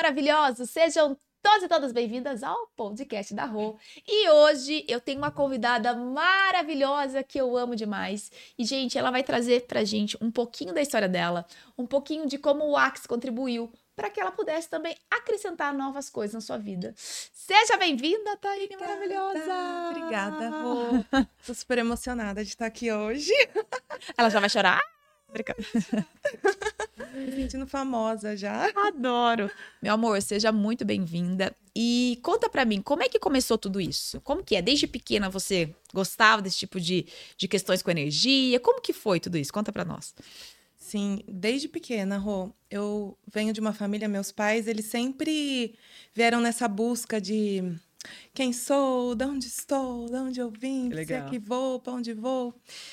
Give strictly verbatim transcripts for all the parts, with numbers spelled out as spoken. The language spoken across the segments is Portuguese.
maravilhosos! Sejam todos e todas bem-vindas ao podcast da Rô. E hoje eu tenho uma convidada maravilhosa que eu amo demais. E, gente, ela vai trazer pra gente um pouquinho da história dela, um pouquinho de como o Axis contribuiu para que ela pudesse também acrescentar novas coisas na sua vida. Seja bem-vinda, Taine maravilhosa! Obrigada, Rô. Tô super emocionada de estar aqui hoje. Ela já vai chorar? Me sentindo famosa já. Adoro! Meu amor, seja muito bem-vinda. E conta pra mim, como é que começou tudo isso? Como que é? Desde pequena você gostava desse tipo de, de questões com energia? Como que foi tudo isso? Conta pra nós. Sim, desde pequena, Rô, eu venho de uma família, meus pais, eles sempre vieram nessa busca de quem sou, de onde estou, de onde eu vim, se é que vou, para onde vou.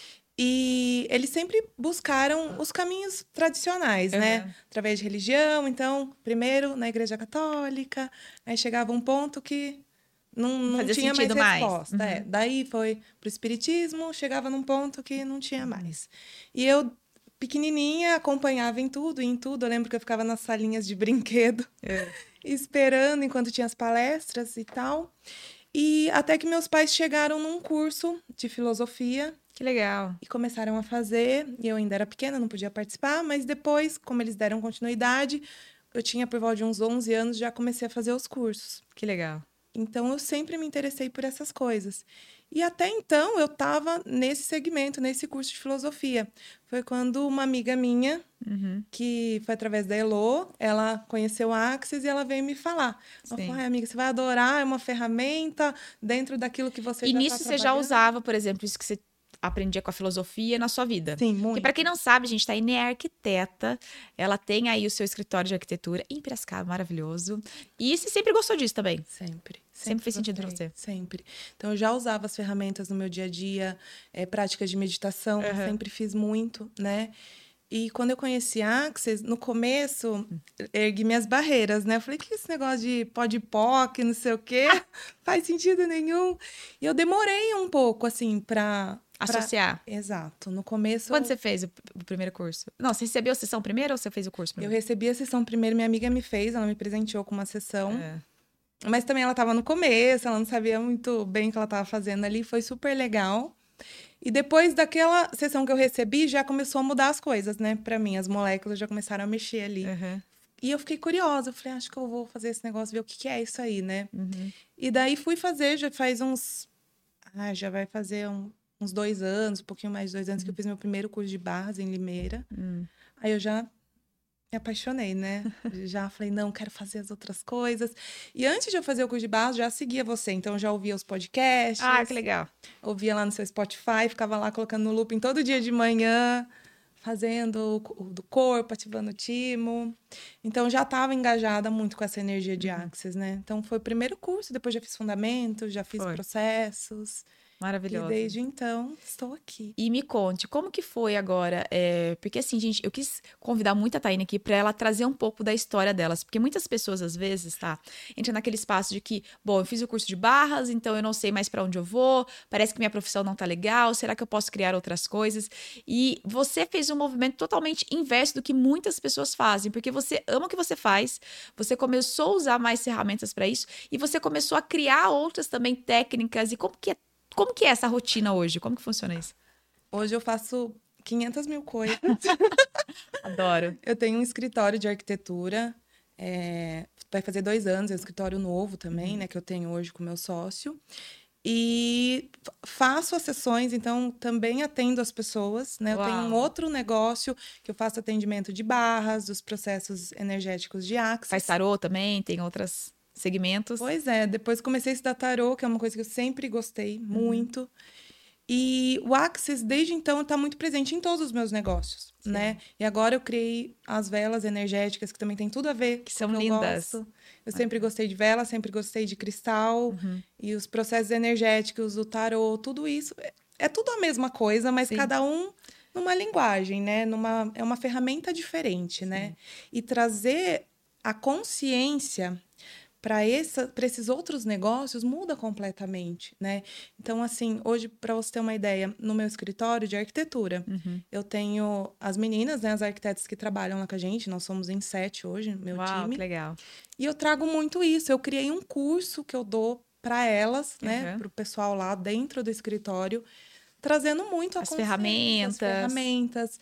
E eles sempre buscaram os caminhos tradicionais, uhum. né? Através de religião. Então, primeiro na Igreja Católica, aí chegava um ponto que não, não tinha mais resposta. Mais. Uhum. É. Daí foi pro Espiritismo, chegava num ponto que não tinha uhum. mais. E eu, pequenininha, acompanhava em tudo, em tudo. Eu lembro que eu ficava nas salinhas de brinquedo, é. esperando enquanto tinha as palestras e tal. E até que meus pais chegaram num curso de filosofia. Que legal. E começaram a fazer, e eu ainda era pequena, não podia participar, mas depois, como eles deram continuidade, eu tinha por volta de uns onze anos, já comecei a fazer os cursos. Que legal. Então, eu sempre me interessei por essas coisas. E até então, eu estava nesse segmento, nesse curso de filosofia. Foi quando uma amiga minha, uhum. que foi através da Elô, ela conheceu a Axis e ela veio me falar. Ela Sim. falou, ai, amiga, você vai adorar, é uma ferramenta dentro daquilo que você e já está trabalhando. E nisso você já usava, por exemplo, isso que você aprendia com a filosofia na sua vida. Sim, muito. Porque para quem não sabe, a gente, Taine é arquiteta, ela tem aí o seu escritório de arquitetura em Piracicaba, maravilhoso. E você sempre gostou disso também? Sempre. Sempre, sempre fez sentido para você? Sempre. Então, eu já usava as ferramentas no meu dia a dia, é, práticas de meditação, uhum. sempre fiz muito, né? E quando eu conheci a Axis, no começo, ergui minhas barreiras, né? Eu falei, que esse negócio de podpoc, não sei o quê, faz sentido nenhum. E eu demorei um pouco, assim, para associar. Pra... Exato. No começo... Quando eu... você fez o, o primeiro curso? Não, você recebeu a sessão primeiro ou você fez o curso primeiro? Eu recebi a sessão primeiro, minha amiga me fez, ela me presenteou com uma sessão. É. Mas também ela estava no começo, ela não sabia muito bem o que ela estava fazendo ali, foi super legal. E depois daquela sessão que eu recebi, já começou a mudar as coisas, né? Para mim, as moléculas já começaram a mexer ali. Uhum. E eu fiquei curiosa, eu falei, acho que eu vou fazer esse negócio, ver o que, que é isso aí, né? Uhum. E daí fui fazer, já faz uns... Ah, já vai fazer um... uns dois anos, um pouquinho mais de dois anos, uhum. que eu fiz meu primeiro curso de barras em Limeira. Uhum. Aí eu já me apaixonei, né? Já falei, não, quero fazer as outras coisas. E antes de eu fazer o curso de barras, já seguia você. Então, eu já ouvia os podcasts. Ah, que legal. Ouvia lá no seu Spotify, ficava lá colocando no looping todo dia de manhã, fazendo o do corpo, ativando o timo. Então, já estava engajada muito com essa energia de uhum. Axis, né? Então, foi o primeiro curso, depois já fiz fundamentos, já fiz foi. processos. Maravilhosa. E desde então, estou aqui. E me conte, como que foi agora? É, porque assim, gente, eu quis convidar muito a Taine aqui para ela trazer um pouco da história delas. Porque muitas pessoas, às vezes, tá? Entram naquele espaço de que, bom, eu fiz o curso de barras, então eu não sei mais para onde eu vou, parece que minha profissão não tá legal, será que eu posso criar outras coisas? E você fez um movimento totalmente inverso do que muitas pessoas fazem, porque você ama o que você faz, você começou a usar mais ferramentas para isso, e você começou a criar outras também técnicas. E como que é Como que é essa rotina hoje? Como que funciona isso? Hoje eu faço quinhentas mil coisas. Adoro. Eu tenho um escritório de arquitetura. É, vai fazer dois anos, é um escritório novo também, uhum. né? Que eu tenho hoje com o meu sócio. E faço as sessões, então também atendo as pessoas, né? Uau. Eu tenho um outro negócio que eu faço atendimento de barras, dos processos energéticos de Axis. Faz tarô também? Tem outras... segmentos. Pois é, depois comecei a estudar tarô, que é uma coisa que eu sempre gostei muito. Uhum. E o Axis, desde então, está muito presente em todos os meus negócios, Sim. né? E agora eu criei as velas energéticas, que também tem tudo a ver que com são o que lindas. eu gosto. Eu ah. sempre gostei de vela, sempre gostei de cristal. Uhum. E os processos energéticos, o tarô, tudo isso. É, é tudo a mesma coisa, mas Sim. cada um numa linguagem, né? Numa, é uma ferramenta diferente, Sim. né? E trazer a consciência para esses outros negócios muda completamente, né? Então, assim, hoje, para você ter uma ideia, no meu escritório de arquitetura, Uhum. eu tenho as meninas, né, as arquitetas que trabalham lá com a gente, nós somos em sete hoje, meu Uau, time. que legal. E eu trago muito isso, eu criei um curso que eu dou para elas, né, Uhum. para o pessoal lá dentro do escritório, trazendo muito a As consciência, ferramentas. as ferramentas.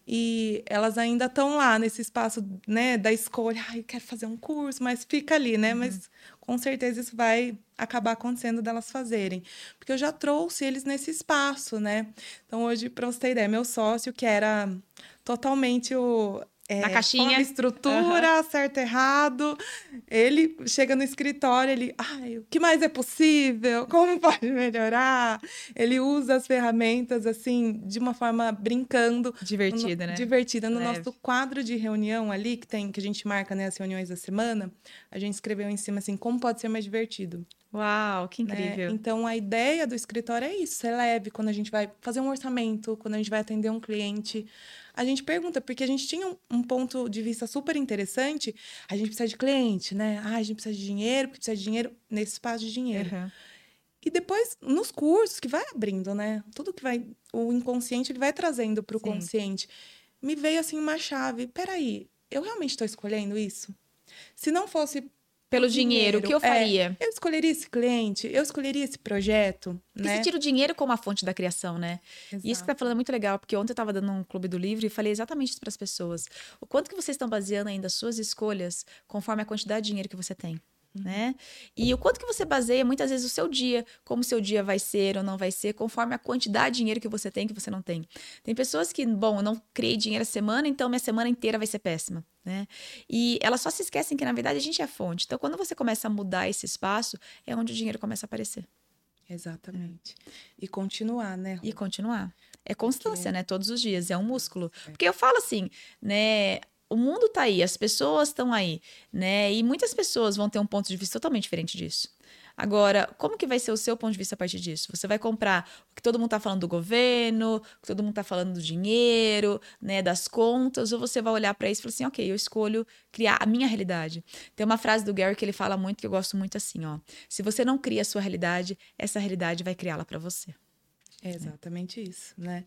E elas ainda estão lá nesse espaço, né, da escolha. Ai, quero fazer um curso, mas fica ali, né? Uhum. Mas com certeza isso vai acabar acontecendo delas fazerem. Porque eu já trouxe eles nesse espaço, né? Então, hoje, para você ter ideia, meu sócio, que era totalmente o... É, Na caixinha. forma, estrutura, Uhum. certo, errado. Ele chega no escritório, ele... Ai, o que mais é possível? Como pode melhorar? Ele usa as ferramentas, assim, de uma forma brincando. Divertida, no, né? Divertida. No Leve. nosso quadro de reunião ali, que, tem, que a gente marca, né, as reuniões da semana, a gente escreveu em cima, assim, como pode ser mais divertido. Uau, que Né? incrível. Então, a ideia do escritório é isso, ser leve. Quando a gente vai fazer um orçamento, quando a gente vai atender um cliente, a gente pergunta, porque a gente tinha um, um ponto de vista super interessante, a gente precisa de cliente, né? Ah, a gente precisa de dinheiro, porque precisa de dinheiro nesse espaço de dinheiro. Uhum. E depois, nos cursos, que vai abrindo, né? Tudo que vai... O inconsciente, ele vai trazendo para o consciente. Me veio, assim, uma chave. Peraí, eu realmente estou escolhendo isso? Se não fosse... Pelo dinheiro, o que eu faria? É, eu escolheria esse cliente, eu escolheria esse projeto, Porque né? você tira o dinheiro como a fonte da criação, né? Exato. E isso que você tá falando é muito legal, porque ontem eu estava dando um clube do livro e falei exatamente isso para as pessoas. O quanto que vocês estão baseando ainda as suas escolhas conforme a quantidade de dinheiro que você tem. Né? E o quanto que você baseia muitas vezes o seu dia, como o seu dia vai ser ou não vai ser, conforme a quantidade de dinheiro que você tem que você não tem. Tem pessoas que, bom, eu não criei dinheiro a semana, então minha semana inteira vai ser péssima, né? E elas só se esquecem que na verdade a gente é fonte. Então quando você começa a mudar esse espaço, é onde o dinheiro começa a aparecer. Exatamente. É. E continuar, né, Rô? E continuar. É constância, Porque... né? Todos os dias, é um músculo. É. Porque eu falo assim, né? O mundo tá aí, as pessoas estão aí, né? E muitas pessoas vão ter um ponto de vista totalmente diferente disso. Agora, como que vai ser o seu ponto de vista a partir disso? Você vai comprar o que todo mundo tá falando do governo, o que todo mundo tá falando do dinheiro, né, das contas, ou você vai olhar para isso e falar assim, ok, eu escolho criar a minha realidade. Tem uma frase do Gary que ele fala muito, que eu gosto muito assim, ó. Se você não cria a sua realidade, essa realidade vai criá-la para você. É exatamente é. isso, né?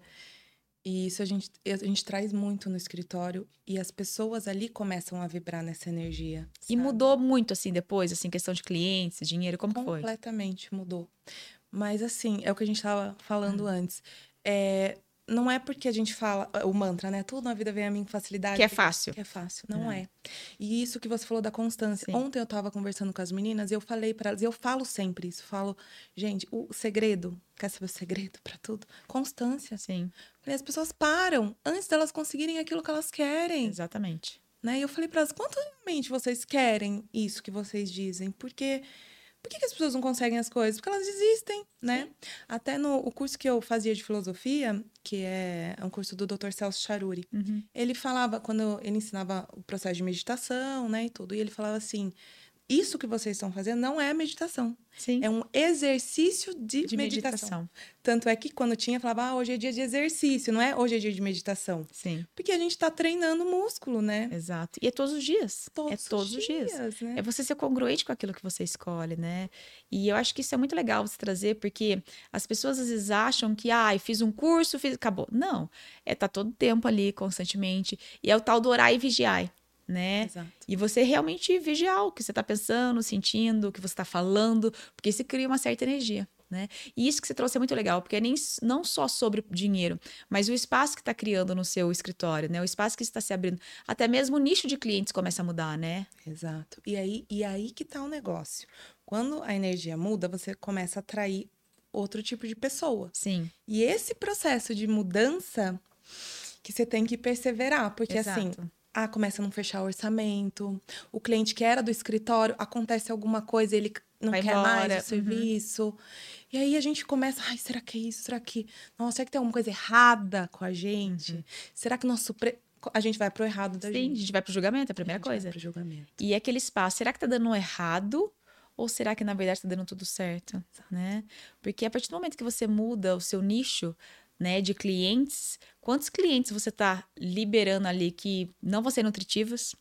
E isso a gente, a gente traz muito no escritório e as pessoas ali começam a vibrar nessa energia. E sabe? mudou muito, assim, depois, assim, questão de clientes, dinheiro, como que foi? Completamente mudou. Mas, assim, é o que a gente estava falando hum. antes. É, não é porque a gente fala o mantra, né? Tudo na vida vem a mim com facilidade. Que é fácil. Que é fácil. Não, não. é. E isso que você falou da constância. Sim. Ontem eu estava conversando com as meninas e eu falei para elas, e eu falo sempre isso. Falo, gente, o segredo, quer saber o segredo para tudo? Constância. Sim. Falei, as pessoas param antes delas conseguirem aquilo que elas querem. Exatamente. Né? E eu falei para elas, quanto realmente vocês querem isso que vocês dizem? Porque... Por que, que as pessoas não conseguem as coisas? Porque elas desistem, né? Sim. Até no o curso que eu fazia de filosofia, que é um curso do doutor Celso Charuri, uhum. ele falava, quando ele ensinava o processo de meditação, né, e tudo, e ele falava assim, isso que vocês estão fazendo não é meditação. Sim. É um exercício de, de meditação. meditação. Tanto é que quando tinha, falava, ah, hoje é dia de exercício, não é hoje é dia de meditação. Sim. Porque a gente está treinando o músculo, né? Exato. E é todos os dias. Todos é todos os dias. dias né? É você ser congruente com aquilo que você escolhe, né? E eu acho que isso é muito legal você trazer, porque as pessoas às vezes acham que, ah, eu fiz um curso, fiz, acabou. Não. É tá todo tempo ali, constantemente. E é o tal do orar e vigiar. Né? Exato. E você realmente vigiar o que você está pensando, sentindo, o que você está falando, porque isso cria uma certa energia, né? E isso que você trouxe é muito legal, porque é nem, não só sobre dinheiro, mas o espaço que está criando no seu escritório, né? O espaço que está se abrindo, até mesmo o nicho de clientes começa a mudar, né? Exato. E aí, e aí que está o negócio. Quando a energia muda, você começa a atrair outro tipo de pessoa. Sim. E esse processo de mudança que você tem que perseverar, porque Exato. assim... Ah, começa a não fechar o orçamento. O cliente que era do escritório, acontece alguma coisa, ele não Vai quer embora. mais o serviço. Uhum. E aí a gente começa, ai, será que é isso? Será que... Nossa, será que tem alguma coisa errada com a gente? Uhum. Será que nosso... Pre... A gente vai pro errado da Sim, gente. Sim, a gente vai pro julgamento, é a primeira a gente coisa. Vai pro julgamento. E aquele espaço, será que tá dando errado? Ou será que, na verdade, tá dando tudo certo? Exato. Né? Porque a partir do momento que você muda o seu nicho... Né, de clientes, quantos clientes você está liberando ali que não vão ser nutritivos,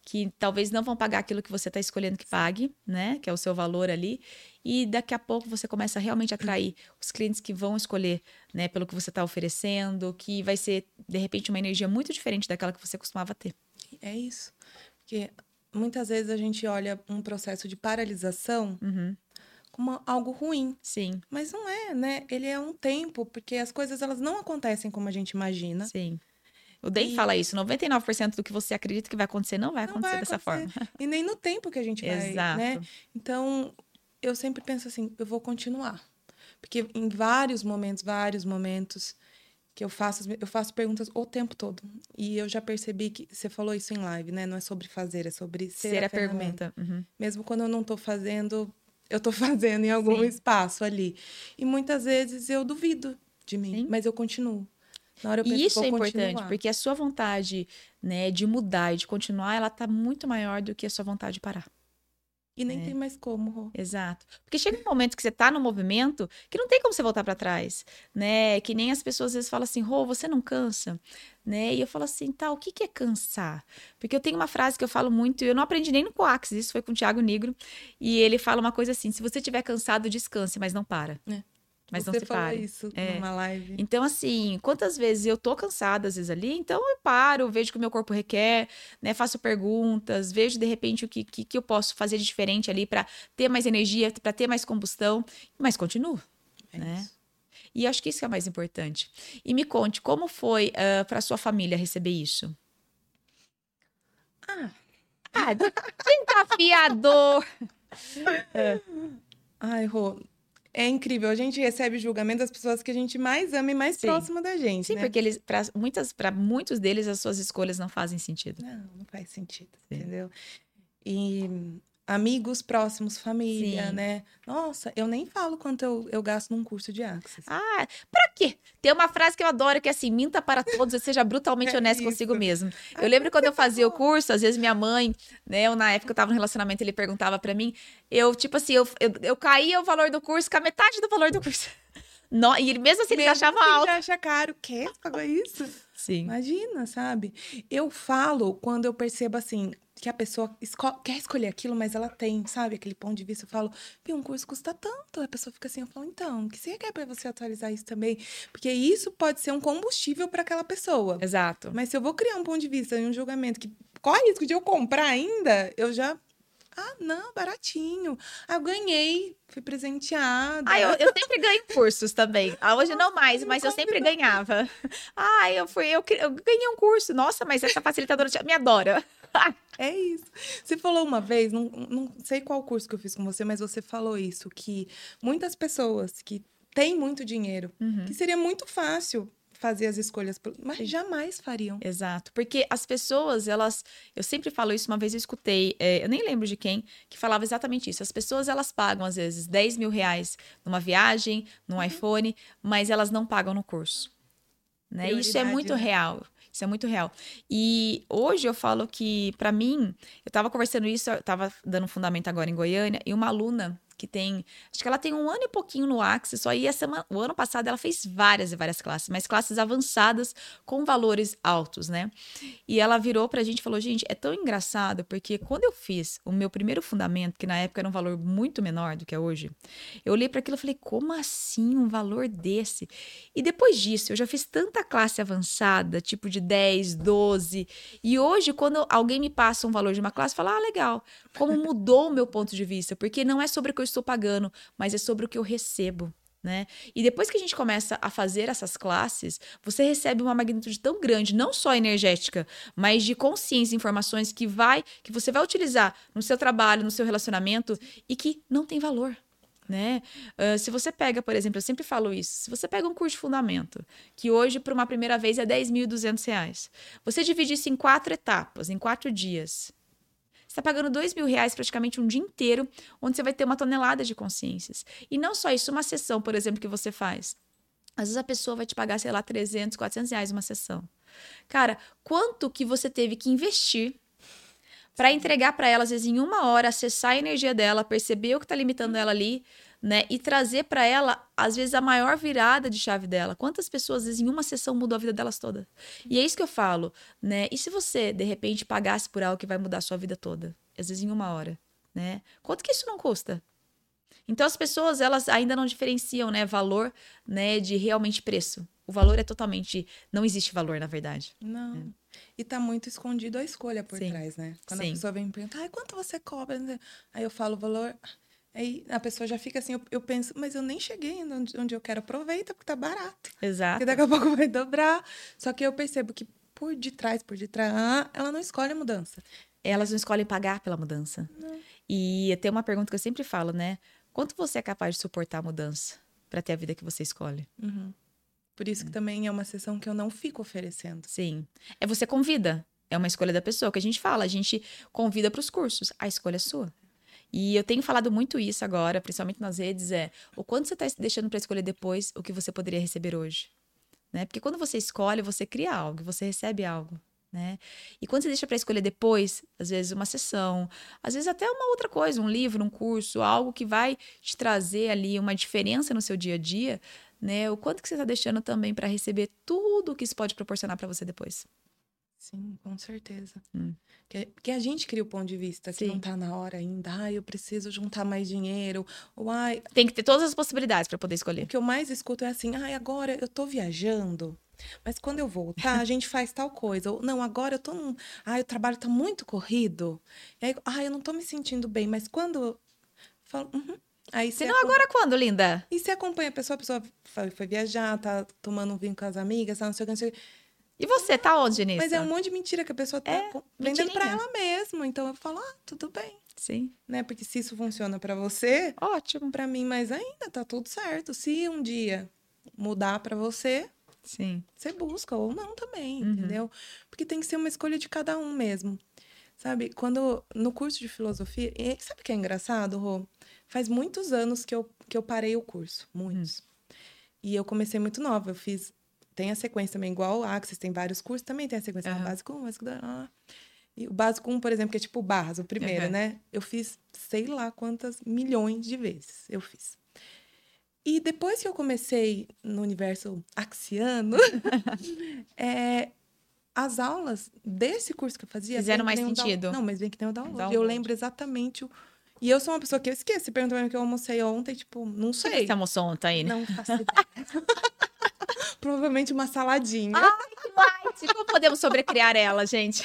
que talvez não vão pagar aquilo que você está escolhendo que pague, né? Que é o seu valor ali. E daqui a pouco você começa a realmente atrair os clientes que vão escolher, né, pelo que você está oferecendo, que vai ser, de repente, uma energia muito diferente daquela que você costumava ter. É isso. Porque muitas vezes a gente olha um processo de paralisação Uhum. como algo ruim. Sim. Mas não é, né? Ele é um tempo, porque as coisas elas não acontecem como a gente imagina. Sim. O D E M E- fala isso, noventa e nove por cento do que você acredita que vai acontecer não vai Não acontecer vai dessa acontecer. forma. E nem no tempo que a gente vai, Exato. né? Então, eu sempre penso assim, eu vou continuar. Porque em vários momentos, vários momentos que eu faço, as- eu faço perguntas o tempo todo. E eu já percebi que você falou isso em live, né? Não é sobre fazer, é sobre ser, Ser a a ferramenta. pergunta. Uhum. Mesmo quando eu não tô fazendo, eu tô fazendo em algum Sim. espaço ali. E muitas vezes eu duvido de mim, Sim. mas eu continuo. Na hora eu penso, E isso vou é importante, continuar. porque a sua vontade, né, de mudar e de continuar, ela tá muito maior do que a sua vontade de parar. E nem É. tem mais como, Rô. Exato. Porque chega um momento que você tá no movimento que não tem como você voltar para trás, né? Que nem as pessoas às vezes falam assim, Rô, você não cansa? Né? E eu falo assim, tá, o que que é cansar? Porque eu tenho uma frase que eu falo muito, e eu não aprendi nem no Coax, isso foi com o Thiago Negro, e ele fala uma coisa assim, se você estiver cansado, descanse, mas não para. É. Mas Você não se falou pare. isso É. numa live. Então, assim, quantas vezes eu tô cansada, às vezes, ali, então eu paro, vejo o que o meu corpo requer, né? Faço perguntas, vejo, de repente, o que, que, que eu posso fazer de diferente ali para ter mais energia, para ter mais combustão, mas continuo, É né? isso. E acho que isso que é mais importante. E me conte, como foi uh, para sua família receber isso? Ah, Ah, desafiador! ai, Rô, é incrível. A gente recebe julgamento das pessoas que a gente mais ama e mais Sim. próxima da gente, Sim, né? porque eles, para muitas, para muitos deles, as suas escolhas não fazem sentido. Não, não faz sentido, Sim. entendeu? E amigos próximos, família, Sim. né? Nossa, eu nem falo quanto eu, eu gasto num curso de Access. Ah, pra quê? Tem uma frase que eu adoro que é assim, minta para todos e seja brutalmente É honesto isso. consigo mesmo. Eu Ah, lembro quando eu fazia o pagou? curso, às vezes minha mãe, né, eu, na época eu tava no relacionamento, ele perguntava pra mim, eu, tipo assim, eu, eu, eu caía o valor do curso com a metade do valor do curso. No, e ele, mesmo assim, eles Mesmo achavam assim, alto. já acha caro. Quê? Você pagou isso? Sim. Imagina, sabe? Eu falo quando eu percebo assim que a pessoa esco- quer escolher aquilo, mas ela tem, sabe? Aquele ponto de vista. Eu falo, viu, um curso custa tanto. A pessoa fica assim, eu falo, então, o que você quer para você atualizar isso também? Porque isso pode ser um combustível para aquela pessoa. Exato. Mas se eu vou criar um ponto de vista e um julgamento que corre risco de eu comprar ainda, eu já. Ah, não, baratinho. Ah, eu ganhei, fui presenteada. Ah, eu, eu sempre ganho cursos também. Ah, hoje não mais, me mas eu sempre convidou. ganhava. Ah, eu fui, eu, eu ganhei um curso. Nossa, mas essa facilitadora me adora. É isso. Você falou uma vez, não, não sei qual curso que eu fiz com você, mas você falou isso, que muitas pessoas que têm muito dinheiro, Uhum. que seria muito fácil fazer as escolhas, por- mas Sim. jamais fariam. Exato, porque as pessoas, elas, eu sempre falo isso, uma vez eu escutei, é, eu nem lembro de quem, que falava exatamente isso. As pessoas, elas pagam, às vezes, dez mil reais numa viagem, num iPhone, mas elas não pagam no curso. Né? Isso é Prioridade, muito né? real. Isso é muito real. E hoje eu falo que, pra mim, eu tava conversando isso, eu tava dando fundamento agora em Goiânia, e uma aluna que tem, acho que ela tem um ano e pouquinho no Access, só ia semana, o ano passado ela fez várias e várias classes, mas classes avançadas com valores altos, né? E ela virou pra gente e falou, gente, é tão engraçado, porque quando eu fiz o meu primeiro fundamento, que na época era um valor muito menor do que é hoje, eu olhei para aquilo e falei, como assim um valor desse? E depois disso, eu já fiz tanta classe avançada, tipo de dez, doze, e hoje, quando alguém me passa um valor de uma classe, eu falo, ah, legal, como mudou o meu ponto de vista, porque não é sobre o que eu estou pagando, mas é sobre o que eu recebo. Né? E depois que a gente começa a fazer essas classes, você recebe uma magnitude tão grande, não só energética, mas de consciência, informações que vai, que você vai utilizar no seu trabalho, no seu relacionamento e que não tem valor. Né? Uh, se você pega, por exemplo, eu sempre falo isso, se você pega um curso de fundamento, que hoje, para uma primeira vez, é dez mil e duzentos reais, você divide isso em quatro etapas, em quatro dias. Você está pagando dois mil reais praticamente um dia inteiro, onde você vai ter uma tonelada de consciências. E não só isso, uma sessão, por exemplo, que você faz. Às vezes a pessoa vai te pagar, sei lá, trezentos, quatrocentos reais uma sessão. Cara, quanto que você teve que investir para entregar para ela, às vezes, em uma hora, acessar a energia dela, perceber o que está limitando ela ali, né? E trazer para ela, às vezes, a maior virada de chave dela. Quantas pessoas, às vezes, em uma sessão mudou a vida delas toda? E é isso que eu falo, né? E se você, de repente, pagasse por algo que vai mudar a sua vida toda? Às vezes, em uma hora, né? Quanto que isso não custa? Então, as pessoas, elas ainda não diferenciam, né? Valor, né? De realmente preço. O valor é totalmente... Não existe valor, na verdade. Não. É. E tá muito escondido a escolha por Sim. trás, né? Quando Sim. a pessoa vem me perguntar, ai, quanto você cobra? Aí eu falo o valor... Aí a pessoa já fica assim, eu, eu penso, mas eu nem cheguei onde, onde eu quero, aproveita, porque tá barato. Exato. Porque daqui a pouco vai dobrar. Só que eu percebo que por detrás, por detrás, ela não escolhe a mudança. Elas não escolhem pagar pela mudança. Não. E tem uma pergunta que eu sempre falo, né? Quanto você é capaz de suportar a mudança para ter a vida que você escolhe? Uhum. Por isso que também é uma sessão que eu não fico oferecendo. Sim. É você convida. É uma escolha da pessoa. O que a gente fala, a gente convida para os cursos. A escolha é sua. E eu tenho falado muito isso agora, principalmente nas redes, é o quanto você está deixando para escolher depois o que você poderia receber hoje. Né? Porque quando você escolhe, você cria algo, você recebe algo. Né? E quando você deixa para escolher depois, às vezes uma sessão, às vezes até uma outra coisa, um livro, um curso, algo que vai te trazer ali uma diferença no seu dia a dia, né? O quanto que você está deixando também para receber tudo que isso pode proporcionar para você depois. Sim, com certeza. Hum. Que, que a gente cria o ponto de vista, que Sim. não tá na hora ainda. Ai, eu preciso juntar mais dinheiro. Ou, ai... Tem que ter todas as possibilidades para poder escolher. O que eu mais escuto é assim, ai, agora eu tô viajando, mas quando eu voltar, a gente faz tal coisa. Ou, não, agora eu tô num... Ai, o trabalho tá muito corrido. E aí, ai, eu não tô me sentindo bem, mas quando... Eu falo, uhum. Aí Se não, acompanha... agora quando, linda? E você acompanha a pessoa, a pessoa foi, foi viajar, tá tomando um vinho com as amigas, tá, não sei o que, não sei o que. E você, tá onde nisso? Mas é um monte de mentira que a pessoa tá é, vendendo pra ela mesma. Então eu falo, ah, tudo bem. Sim. Né? Porque se isso funciona pra você, ótimo. Pra mim mais ainda, tá tudo certo. Se um dia mudar pra você, sim, você busca ou não também, uhum. entendeu? Porque tem que ser uma escolha de cada um mesmo. Sabe, quando no curso de filosofia, e sabe o que é engraçado, Rô? Faz muitos anos que eu, que eu parei o curso, muitos. Hum. E eu comecei muito nova, eu fiz... Tem a sequência também, igual o Axis, tem vários cursos, também tem a sequência uhum. básico um, básico dois. Ah. E o básico um, por exemplo, que é tipo Barras, o primeiro, uhum. né? Eu fiz sei lá quantas milhões de vezes eu fiz. E depois que eu comecei no universo axiano, é, as aulas desse curso que eu fazia... Fizeram mais sentido. Down... Não, mas vem que tem o download. download. Eu lembro exatamente o... E eu sou uma pessoa que eu esqueço. Se pergunta pra mim o que eu almocei ontem, tipo, não sei. O que você almoçou ontem, né? Não faço ideia. Provavelmente uma saladinha. Ai, que light! Como podemos sobrecriar ela, gente?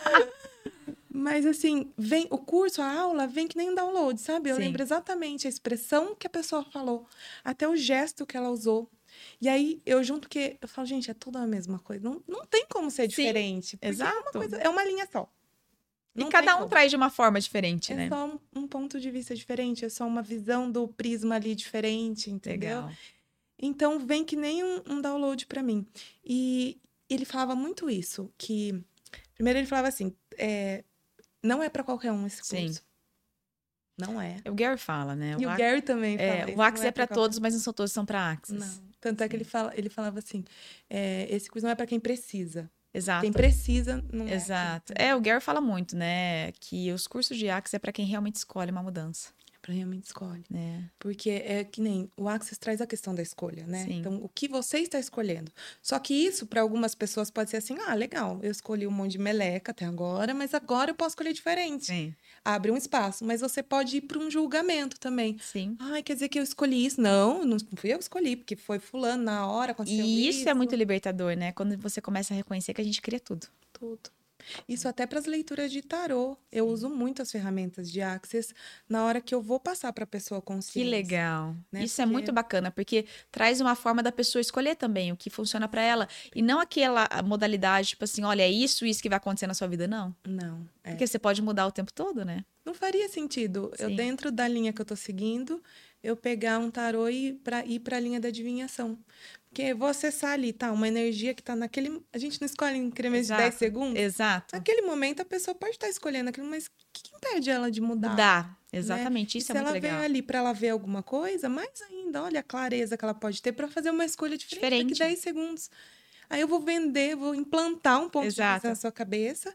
Mas, assim, vem o curso, a aula, vem que nem um download, sabe? Eu Sim. lembro exatamente a expressão que a pessoa falou, até o gesto que ela usou. E aí, eu junto que... Eu falo, gente, é tudo a mesma coisa. Não, não tem como ser Sim, diferente. Exato. É uma, coisa, é uma linha só. Não e cada um como. traz de uma forma diferente, é né? É só um, um ponto de vista diferente, é só uma visão do prisma ali diferente, entendeu? Legal. Então, vem que nem um, um download para mim. E ele falava muito isso, que... Primeiro, ele falava assim, é, não é para qualquer um esse curso. Sim. Não é. O Gary fala, né? E o, o Gary também fala é, isso. O Axis é, é para qualquer... todos, mas não são todos, são para Axis. Não. Tanto Sim. é que ele, fala, ele falava assim, é, esse curso não é para quem precisa. Exato. Quem precisa não é. Exato. É, o Gary fala muito, né? Que os cursos de Axis é para quem realmente escolhe uma mudança. Para realmente escolhe. É. Porque é que nem o Axis traz a questão da escolha, né? Sim. Então, o que você está escolhendo. Só que isso, para algumas pessoas, pode ser assim, ah, legal, eu escolhi um monte de meleca até agora, mas agora eu posso escolher diferente. Sim. Abre um espaço. Mas você pode ir para um julgamento também. Sim. Ai, quer dizer que eu escolhi isso? Não, não fui eu que escolhi, porque foi fulano na hora, aconteceu E isso. isso é muito libertador, né? Quando você começa a reconhecer que a gente cria tudo. Tudo. Isso até para as leituras de tarô. Eu uso muito as ferramentas de Axis na hora que eu vou passar para a pessoa consciente. Que legal. Né? Isso porque... é muito bacana, porque traz uma forma da pessoa escolher também o que funciona para ela. E não aquela modalidade, tipo assim, olha, é isso, isso que vai acontecer na sua vida, não. Não. É. Porque você pode mudar o tempo todo, né? Não faria sentido. Sim. Eu, dentro da linha que eu tô seguindo, eu pegar um tarô e pra, ir para a linha da adivinhação. Porque vou acessar ali, tá? Uma energia que tá naquele... A gente não escolhe em incrementos de dez segundos? Exato. Naquele momento, a pessoa pode estar escolhendo aquilo, mas o que, que impede ela de mudar? Mudar. Exatamente. Né? Isso e é muito legal. Se ela veio ali para ela ver alguma coisa, mais ainda, olha a clareza que ela pode ter para fazer uma escolha diferente, diferente daqui dez segundos. Aí eu vou vender, vou implantar um ponto Exato. de vista na sua cabeça,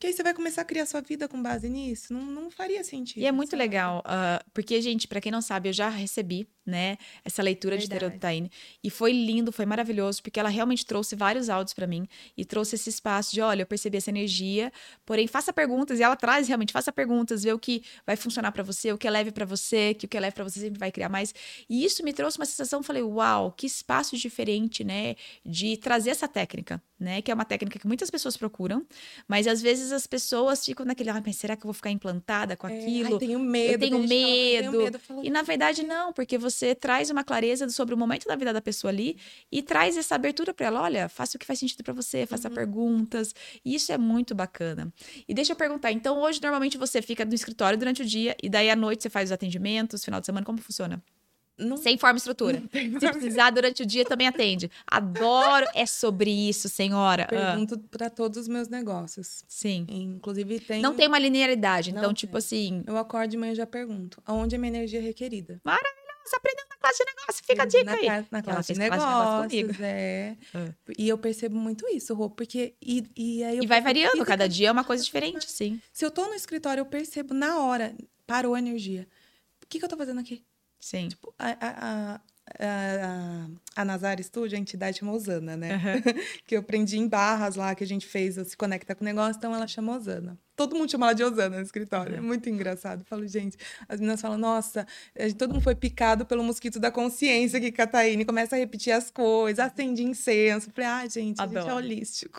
Que aí você vai começar a criar sua vida com base nisso. Não, não faria sentido. E é muito sabe? legal, uh, porque, gente, pra quem não sabe, eu já recebi, né, essa leitura Verdade. de tarô do Taine. E foi lindo, foi maravilhoso, porque ela realmente trouxe vários áudios pra mim e trouxe esse espaço de, olha, eu percebi essa energia, porém, faça perguntas. E ela traz realmente, faça perguntas, vê o que vai funcionar pra você, o que é leve pra você, que o que é leve pra você sempre vai criar mais. E isso me trouxe uma sensação, eu falei, uau, que espaço diferente, né, de trazer essa técnica, né, que é uma técnica que muitas pessoas procuram, mas às vezes as pessoas ficam naquele, ah, mas será que eu vou ficar implantada com aquilo? É, ai, tenho medo. Eu tenho tem gente que fala, "Eu medo. tenho medo. Eu falo, E na verdade não, porque você traz uma clareza sobre o momento da vida da pessoa ali e traz essa abertura para ela, olha, faça o que faz sentido para você, faça Uhum. perguntas. E isso é muito bacana. E deixa eu perguntar, então hoje normalmente você fica no escritório durante o dia e daí à noite você faz os atendimentos, final de semana, como funciona? Não, Sem forma e estrutura. não tem Se precisar, durante o dia também atende. Adoro, é sobre isso, senhora. Ah, Pergunto para todos os meus negócios. sim. Inclusive, tem. Não tem uma linearidade, Não então, tem. tipo assim, Eu acordo de manhã e já pergunto: aonde é minha energia requerida? você aprendeu na classe de negócio, fica a dica na, aí. cla- na Que ela classe de fez classe de negócio comigo. negócios, é. É. E eu percebo muito isso, Rô, porque. E, e aí eu E vai percebo variando, física- cada dia é uma coisa diferente, sim. Se eu tô no escritório, eu percebo na hora, parou a energia. O que, que eu tô fazendo aqui? Sim. A, a, a, a, a Nazar Studio, a entidade chama Osana, né? Uhum. Que eu aprendi em Barras lá, que a gente fez, o Se Conecta com o Negócio, então ela chama Osana. Todo mundo chama ela de Osana no escritório. É muito engraçado. Eu falo, gente, as meninas falam, nossa, a gente- todo mundo foi picado pelo mosquito da consciência aqui, Cataíne, começa a repetir as coisas, acende incenso. Eu falei, ah, gente, a gente é Adoro. holístico.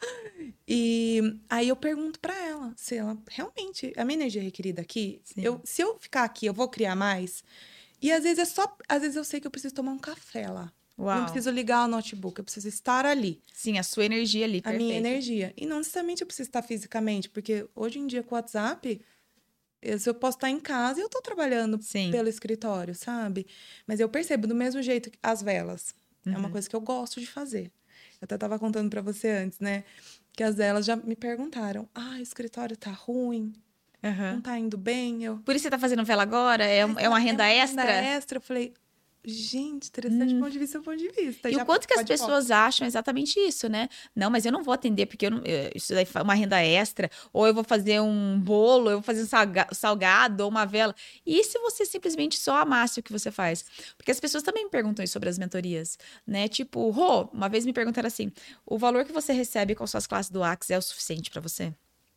E aí eu pergunto pra ela se ela realmente, a minha energia é requerida aqui, Sim. eu, se eu ficar aqui, eu vou criar mais. E às vezes é só, às vezes eu sei que eu preciso tomar um café lá. Uau. Não preciso ligar o notebook, eu preciso estar ali. Sim, a sua energia ali, A perfeito. minha energia. E não necessariamente eu preciso estar fisicamente, porque hoje em dia com o WhatsApp, eu, se eu posso estar em casa e eu estou trabalhando Sim. pelo escritório, sabe? Mas eu percebo do mesmo jeito que as velas. É uma Uhum. coisa que eu gosto de fazer. Eu até estava contando para você antes, né? Que as velas já me perguntaram: ah, o escritório tá ruim, não Uhum. tá indo bem. Eu, Por isso você tá fazendo vela agora? É, um- é uma renda é extra? Renda extra. Eu falei, gente, interessante Hum. ponto de vista, ponto de vista. E Já o quanto que as pode foco. pessoas acham exatamente isso, né? Não, mas eu não vou atender porque eu não, eh, isso daí é uma renda extra, ou eu vou fazer um bolo, eu vou fazer um salga- salgado ou uma vela. E se você simplesmente só amasse o que você faz? Porque as pessoas também me perguntam isso sobre as mentorias, né? Tipo, Rô, uma vez me perguntaram assim: o valor que você recebe com suas classes do Axis é o suficiente para você?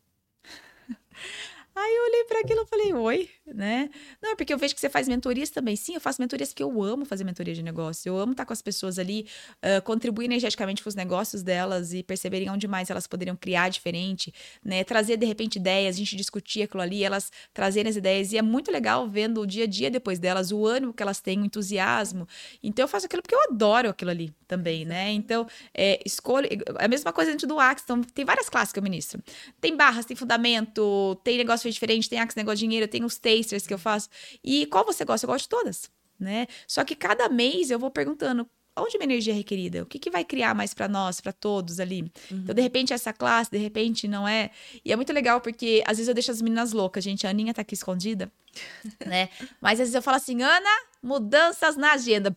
Aí eu olhei para aquilo e falei, oi, né? Não, porque eu vejo que você faz mentorias também. Sim, eu faço mentorias porque eu amo fazer mentoria de negócio. Eu amo estar com as pessoas ali, uh, contribuir energeticamente com os negócios delas e perceberem onde mais elas poderiam criar diferente, né? Trazer, de repente, ideias, a gente discutir aquilo ali, elas trazerem as ideias. E é muito legal vendo o dia a dia depois delas, o ânimo que elas têm, o entusiasmo. Então, eu faço aquilo porque eu adoro aquilo ali também, né? Então, é, escolho... É a mesma coisa dentro do Axis. Então, tem várias classes que eu ministro. Tem barras, tem fundamento, tem negócio diferente, tem Axis, negócio de dinheiro, tem os tasters que eu faço. E qual você gosta? Eu gosto de todas, né? Só que cada mês eu vou perguntando onde minha energia é requerida? O que, que vai criar mais para nós, para todos ali? Uhum. Então, de repente, essa classe, de repente, não é. E é muito legal porque às vezes eu deixo as meninas loucas, gente. A Aninha tá aqui escondida, né? Mas às vezes eu falo assim, Ana, mudanças na agenda.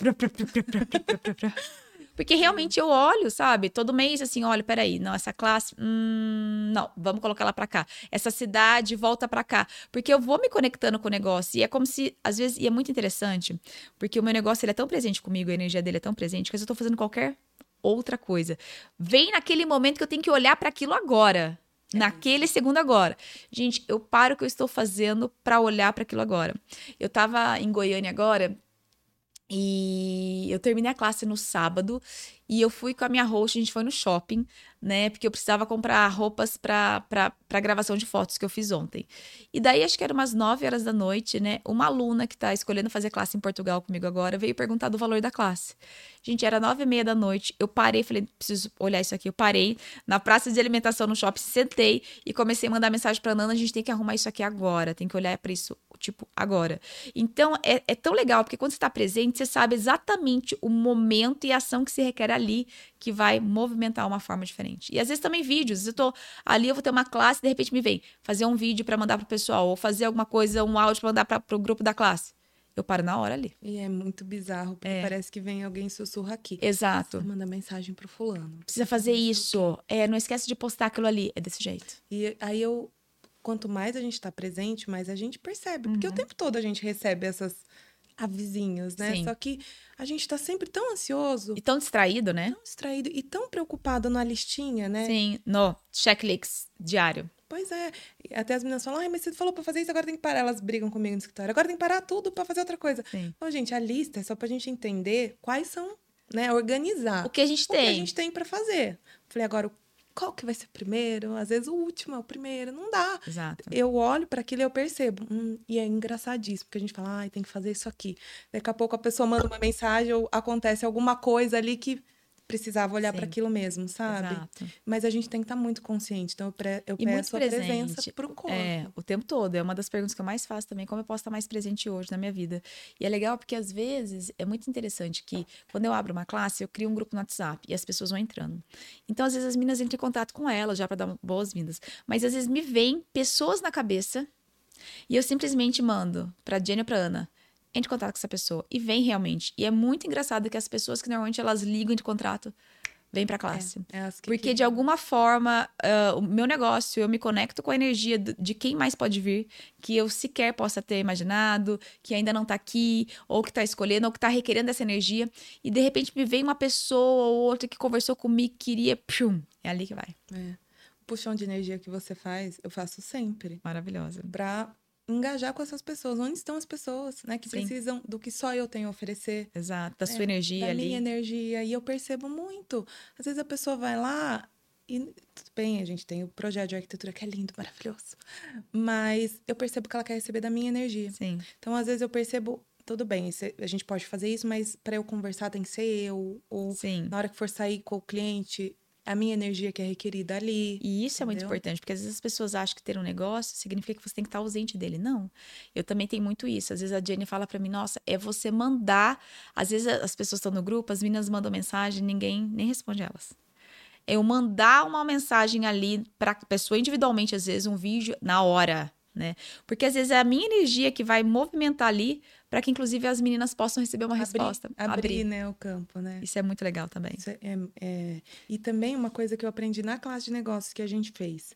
Porque realmente eu olho, sabe? Todo mês, assim, olho, peraí, não, essa classe, hum, não, vamos colocar ela pra cá. Essa cidade, volta pra cá. Porque eu vou me conectando com o negócio. E é como se, às vezes, e é muito interessante, porque o meu negócio, ele é tão presente comigo, a energia dele é tão presente, que às vezes eu tô fazendo qualquer outra coisa. Vem naquele momento que eu tenho que olhar para aquilo agora. Naquele segundo agora. Gente, eu paro o que eu estou fazendo para olhar para aquilo agora. Eu tava em Goiânia agora... E eu terminei a classe no sábado e eu fui com a minha host, a gente foi no shopping, né? Porque eu precisava comprar roupas para a gravação de fotos que eu fiz ontem. E daí, acho que era umas nove horas da noite, né? Uma aluna que tá escolhendo fazer classe em Portugal comigo agora veio perguntar do valor da classe. Gente, era nove e meia da noite, eu parei, falei, preciso olhar isso aqui. Eu parei na praça de alimentação no shopping, sentei e comecei a mandar mensagem pra Nana, a gente tem que arrumar isso aqui agora, tem que olhar para isso, tipo, agora. Então, é, é tão legal, porque quando você tá presente, você sabe exatamente o momento e a ação que se requer ali, que vai movimentar uma forma diferente. E às vezes também vídeos, eu tô ali, eu vou ter uma classe, de repente me vem fazer um vídeo para mandar pro pessoal, ou fazer alguma coisa, um áudio para mandar para pro grupo da classe. eu paro na hora ali. E é muito bizarro, porque É. parece que vem alguém e sussurra aqui. Exato. Você manda mensagem pro fulano. Precisa fazer isso. É, não esquece de postar aquilo ali. É desse jeito. E aí eu... Quanto mais a gente tá presente, mais a gente percebe. Porque Uhum. o tempo todo a gente recebe essas avisinhos, né? Sim. Só que a gente tá sempre tão ansioso, E tão distraído, né? tão distraído e tão preocupado na listinha, né? Sim, no checklist diário. Pois é. E até as meninas falam, ai, mas você falou pra fazer isso, agora tem que parar. Elas brigam comigo no escritório. Agora tem que parar tudo pra fazer outra coisa. Sim. Então, gente, a lista é só pra gente entender quais são, né? Organizar O que a gente o que tem. a gente tem pra fazer. Falei, agora, qual que vai ser o primeiro? Às vezes o último é o primeiro. Não dá. Exato. Eu olho para aquilo e eu percebo. Hum, e é engraçadíssimo, porque a gente fala, ai, tem que fazer isso aqui. Daqui a pouco a pessoa manda uma mensagem ou acontece alguma coisa ali que precisava olhar para Sim. aquilo mesmo, sabe? Exato. Mas a gente tem que estar muito consciente. Então eu, pre- eu E muito peço a presente. presença pro corpo. É, o tempo todo. É uma das perguntas que eu mais faço também, como eu posso estar mais presente hoje na minha vida. E é legal porque, às vezes, é muito interessante que, quando eu abro uma classe, eu crio um grupo no WhatsApp e as pessoas vão entrando. Então, às vezes, as meninas entram em contato com elas já para dar boas-vindas. Mas, às vezes, me vem pessoas na cabeça e eu simplesmente mando pra Jenny ou pra Ana, entre em contato com essa pessoa. E vem realmente. E é muito engraçado que as pessoas que normalmente elas ligam de contrato vêm pra classe. É, é as que Porque, queriam. de alguma forma, ah, o meu negócio, eu me conecto com a energia do- de quem mais pode vir, que eu sequer possa ter imaginado, que ainda não tá aqui, ou que tá escolhendo, ou que tá requerendo essa energia. E, de repente, me vem uma pessoa ou outra que conversou comigo, que queria... Pshum, é ali que vai. É. O puxão de energia que você faz, eu faço sempre. Maravilhosa. Pra engajar com essas pessoas. Onde estão as pessoas, né? Que Sim. precisam do que só eu tenho a oferecer. Exato. Da É, sua energia da ali. minha energia. E eu percebo muito. Às vezes a pessoa vai lá e tudo bem, a gente tem o projeto de arquitetura que é lindo, maravilhoso. Mas eu percebo que ela quer receber da minha energia. Sim. Então, às vezes eu percebo, tudo bem, isso- a gente pode fazer isso, mas para eu conversar tem que ser eu. Ou Sim. na hora que for sair com o cliente, a minha energia que é requerida ali. E isso é muito Entendeu? importante, porque às vezes as pessoas acham que ter um negócio significa que você tem que estar ausente dele. Não. Eu também tenho muito isso. Às vezes a Jenny fala pra mim, nossa, é você mandar. Às vezes as pessoas estão no grupo, as meninas mandam mensagem, ninguém nem responde elas. É eu mandar uma mensagem ali pra pessoa individualmente, às vezes um vídeo na hora, né? Porque às vezes é a minha energia que vai movimentar ali para que inclusive as meninas possam receber uma Abrir, resposta. abrir, né, o campo, né? Isso é muito legal também. Isso é, é- é- E também uma coisa que eu aprendi na classe de negócios que a gente fez.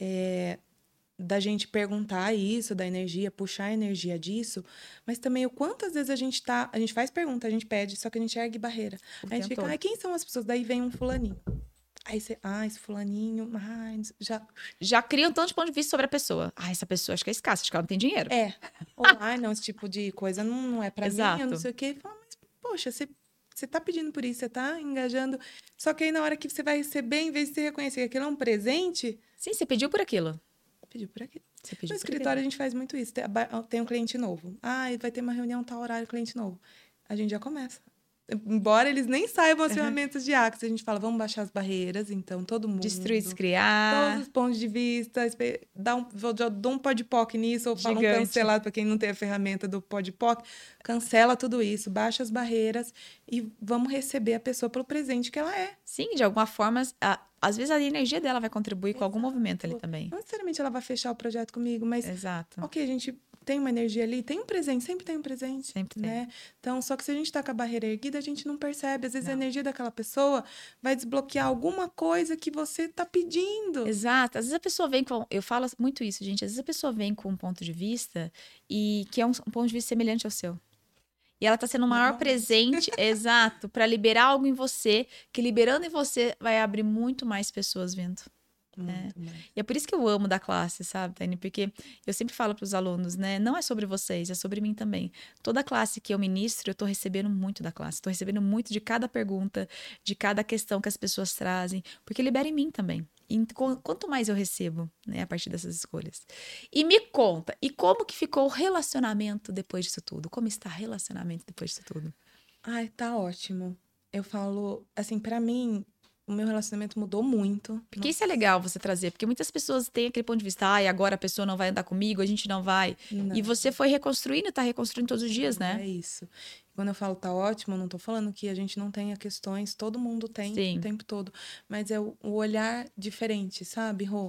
É da gente perguntar isso, da energia, puxar a energia disso, mas também o quantas vezes a gente tá. A gente faz pergunta, a gente pede, só que a gente ergue barreira. O A gente tempo fica, todo. ai, quem são as pessoas? Daí vem um fulaninho. Aí você, ah, esse fulaninho, ai, já. Já cria um tanto de ponto de vista sobre a pessoa. Ah, essa pessoa acho que é escassa, acho que ela não tem dinheiro. É. Ou, ai, não, esse tipo de coisa não, não é pra mim, Exato. eu não sei o quê. Fala, mas, poxa, você. Você tá pedindo por isso, você tá engajando. Só que aí, na hora que você vai receber, em vez de você reconhecer que aquilo é um presente, Sim, você pediu por aquilo. pediu por aqui. Você No pediu por escritório, a aquilo. gente faz muito isso. Tem, a ba- tem um cliente novo. Ah, vai ter uma reunião tal horário, cliente novo. A gente já começa. Embora eles nem saibam as Uhum. ferramentas de Axis, a gente fala, vamos baixar as barreiras, então, todo mundo. Destruir, descriar. Todos os pontos de vista, espe- dá um, vou- já dou um podpoc nisso, ou fala um Gigante. cancelado para quem não tem a ferramenta do podpoc. Cancela tudo isso, baixa as barreiras e vamos receber a pessoa pelo presente que ela é. Sim, de alguma forma, a- às vezes a energia dela vai contribuir com algum movimento ali também. Não necessariamente ela vai fechar o projeto comigo, mas Exato. ok, a gente tem uma energia ali, tem um presente, sempre tem um presente. Sempre tem. Né? Então, só que se a gente tá com a barreira erguida, a gente não percebe. Às vezes a Não. energia daquela pessoa vai desbloquear alguma coisa que você tá pedindo. Exato. Às vezes a pessoa vem com. Eu falo muito isso, gente. Às vezes a pessoa vem com um ponto de vista e que é um, um ponto de vista semelhante ao seu. E ela tá sendo o maior Normalmente. presente, exato, para liberar algo em você, que liberando em você vai abrir muito mais pessoas vendo. Muito mais. E é por isso que eu amo da classe, sabe, Tânia? Porque eu sempre falo para os alunos, né? Não é sobre vocês, é sobre mim também. Toda classe que eu ministro, eu tô recebendo muito da classe. Tô recebendo muito de cada pergunta, de cada questão que as pessoas trazem, porque libera em mim também. E qu- quanto mais eu recebo, né, a partir dessas escolhas. E me conta, e como que ficou o relacionamento depois disso tudo? Como está o relacionamento depois disso tudo? Ai, tá ótimo. Eu falo, assim, pra mim, o meu relacionamento mudou muito. Porque isso é legal você trazer, porque muitas pessoas têm aquele ponto de vista, ai, agora a pessoa não vai andar comigo, a gente não vai. Não. E você foi reconstruindo, tá reconstruindo todos os dias, né? É isso. Quando eu falo tá ótimo, eu não tô falando que a gente não tenha questões, todo mundo tem Sim. o tempo todo. Mas é o, o olhar diferente, sabe, Rô?